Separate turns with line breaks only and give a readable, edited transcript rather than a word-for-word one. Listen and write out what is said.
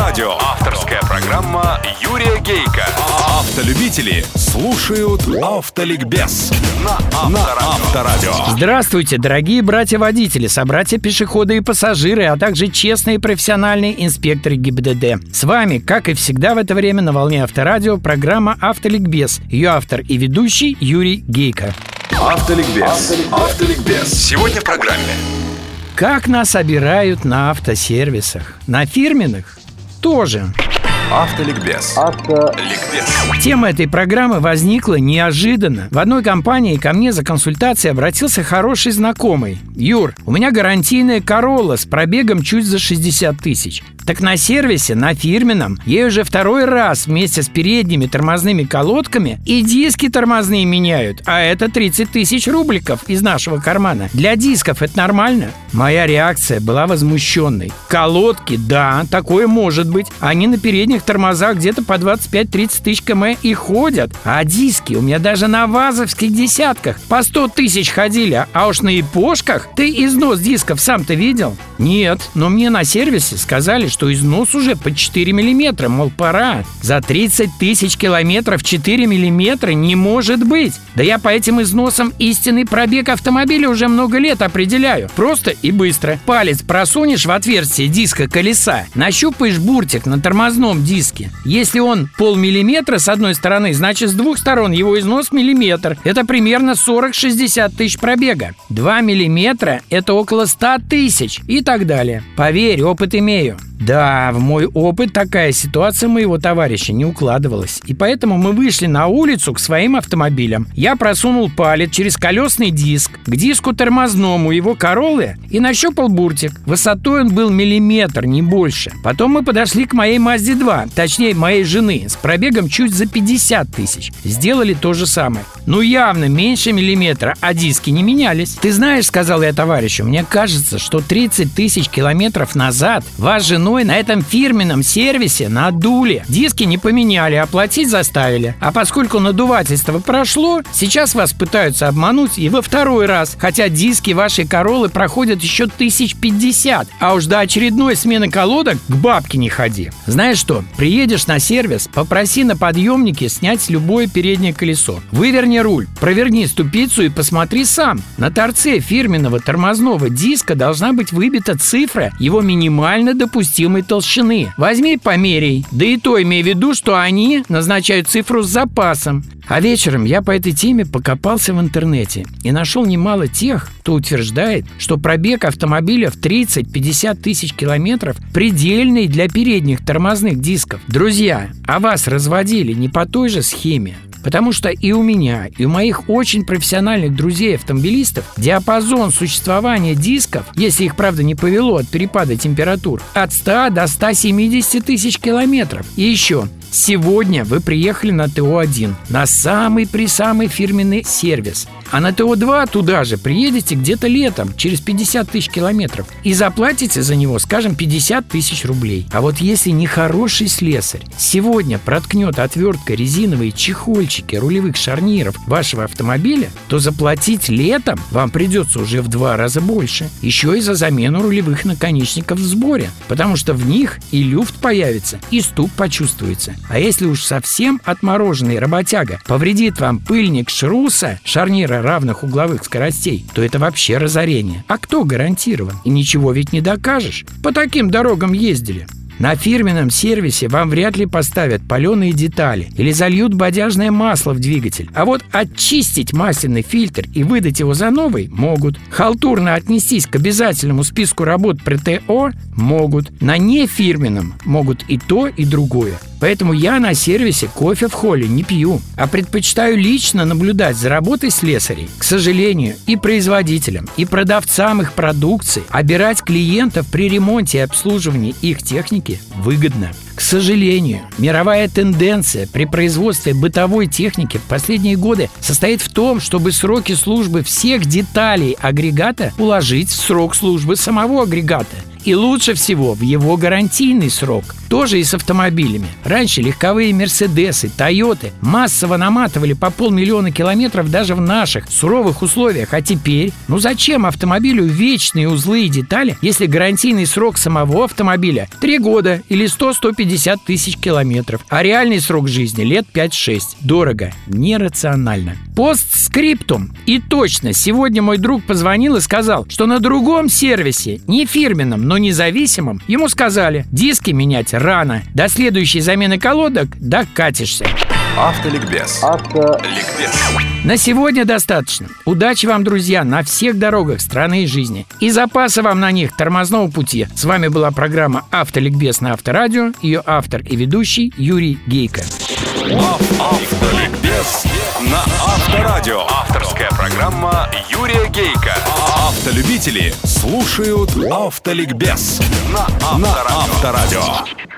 Авторадио. Авторская программа Юрия Гейка. Автолюбители слушают Автоликбез на Авторадио.
Здравствуйте, дорогие братья-водители, собратья-пешеходы и пассажиры, а также честные профессиональные инспекторы ГИБДД. С вами, как и всегда в это время на волне Авторадио, программа Автоликбез. Ее автор и ведущий Юрий Гейка.
Автоликбез. Сегодня в программе.
Как нас обирают на автосервисах? На фирменных? Тоже.
Автоликбез.
Тема этой программы возникла неожиданно. В одной компании ко мне за консультацией обратился хороший знакомый. Юр, у меня гарантийная Королла с пробегом чуть за 60 тысяч. Так на сервисе, на фирменном, ей уже второй раз вместе с передними тормозными колодками и диски тормозные меняют. А это 30 тысяч рубликов из нашего кармана. Для дисков это нормально? Моя реакция была возмущенной. Колодки, да, такое может быть. Они на передних тормозах где-то по 25-30 тысяч км и ходят. А диски у меня даже на вазовских десятках по 100 тысяч ходили. А уж на япошках ты износ дисков сам-то видел? Нет, но мне на сервисе сказали, что износ уже по 4 миллиметра, мол, пора. За 30 тысяч километров 4 миллиметра не может быть. Да я по этим износам истинный пробег автомобиля уже много лет определяю. Просто и быстро. Палец просунешь в отверстие диска колеса, нащупаешь буртик на тормозном диске. Если он полмиллиметра с одной стороны, значит с двух сторон его износ миллиметр. Это примерно 40-60 тысяч пробега. 2 миллиметра – это около 100 тысяч и так далее. Поверь, опыт имею. Да, в мой опыт такая ситуация моего товарища не укладывалась. И поэтому мы вышли на улицу к своим автомобилям. Я просунул палец через колесный диск к диску тормозному его Короллы и нащупал буртик. Высотой он был миллиметр, не больше. Потом мы подошли к моей Мазде 2, точнее моей жены, с пробегом чуть за 50 тысяч. Сделали то же самое. Ну явно меньше миллиметра, а диски не менялись. Ты знаешь, сказал я товарищу, мне кажется, что 30 тысяч километров назад вас женой на этом фирменном сервисе надули. Диски не поменяли, а платить заставили. А поскольку надувательство прошло, сейчас вас пытаются обмануть и во второй раз. Хотя диски вашей Короллы проходят еще 1050. А уж до очередной смены колодок к бабке не ходи. Знаешь что? Приедешь на сервис, попроси на подъемнике снять любое переднее колесо. Выверни руль, проверни ступицу и посмотри сам. На торце фирменного тормозного диска должна быть выбита цифра его минимально допустимой толщины. Возьми, померяй. Да и то имей в виду, что они назначают цифру с запасом. А вечером я по этой теме покопался в интернете и нашел немало тех, кто утверждает, что пробег автомобиля в 30-50 тысяч километров предельный для передних тормозных дисков. Друзья, а вас разводили не по той же схеме? Потому что и у меня, и у моих очень профессиональных друзей-автомобилистов диапазон существования дисков, если их, правда, не повело от перепада температур, от 100 до 170 тысяч километров. И еще, сегодня вы приехали на ТО-1, на самый-присамый фирменный сервис. А на ТО-2 туда же приедете где-то летом, через 50 тысяч километров, и заплатите за него, скажем, 50 тысяч рублей. А вот если нехороший слесарь сегодня проткнет отверткой резиновые чехольчики рулевых шарниров вашего автомобиля, то заплатить летом вам придется уже в 2 раза больше. Еще и за замену рулевых наконечников в сборе, потому что в них и люфт появится, и стук почувствуется. А если уж совсем отмороженный работяга повредит вам пыльник шруса, шарнира равных угловых скоростей, то это вообще разорение. А кто гарантирован? И ничего ведь не докажешь. По таким дорогам ездили. На фирменном сервисе вам вряд ли поставят паленые детали или зальют бодяжное масло в двигатель. А вот очистить масляный фильтр и выдать его за новый могут. Халтурно отнестись к обязательному списку работ при ТО могут. На нефирменном могут и то, и другое. Поэтому я на сервисе кофе в холле не пью, а предпочитаю лично наблюдать за работой слесарей. К сожалению, и производителям, и продавцам их продукции обирать клиентов при ремонте и обслуживании их техники выгодно. К сожалению, мировая тенденция при производстве бытовой техники в последние годы состоит в том, чтобы сроки службы всех деталей агрегата уложить в срок службы самого агрегата. И лучше всего в его гарантийный срок. Тоже и с автомобилями. Раньше легковые Мерседесы, Тойоты массово наматывали по 500 000 километров даже в наших суровых условиях. А теперь, зачем автомобилю вечные узлы и детали, если гарантийный срок самого автомобиля 3 года или 100-150 тысяч километров, а реальный срок жизни лет 5-6. Дорого, нерационально. Постскриптум. И точно, сегодня мой друг позвонил и сказал, что на другом сервисе, не фирменном, но независимом, ему сказали: диски менять рано, до следующей замены колодок докатишься.
Автоликбез.
На сегодня достаточно. Удачи вам, друзья, на всех дорогах страны и жизни. И запаса вам на них тормозного пути. С вами была программа «Автоликбез» на Авторадио. Ее автор и ведущий Юрий Гейко.
Автоликбез на Авторадио. Авторская программа Юрия Гейко. Автолюбители слушают Автоликбез на Авторадио.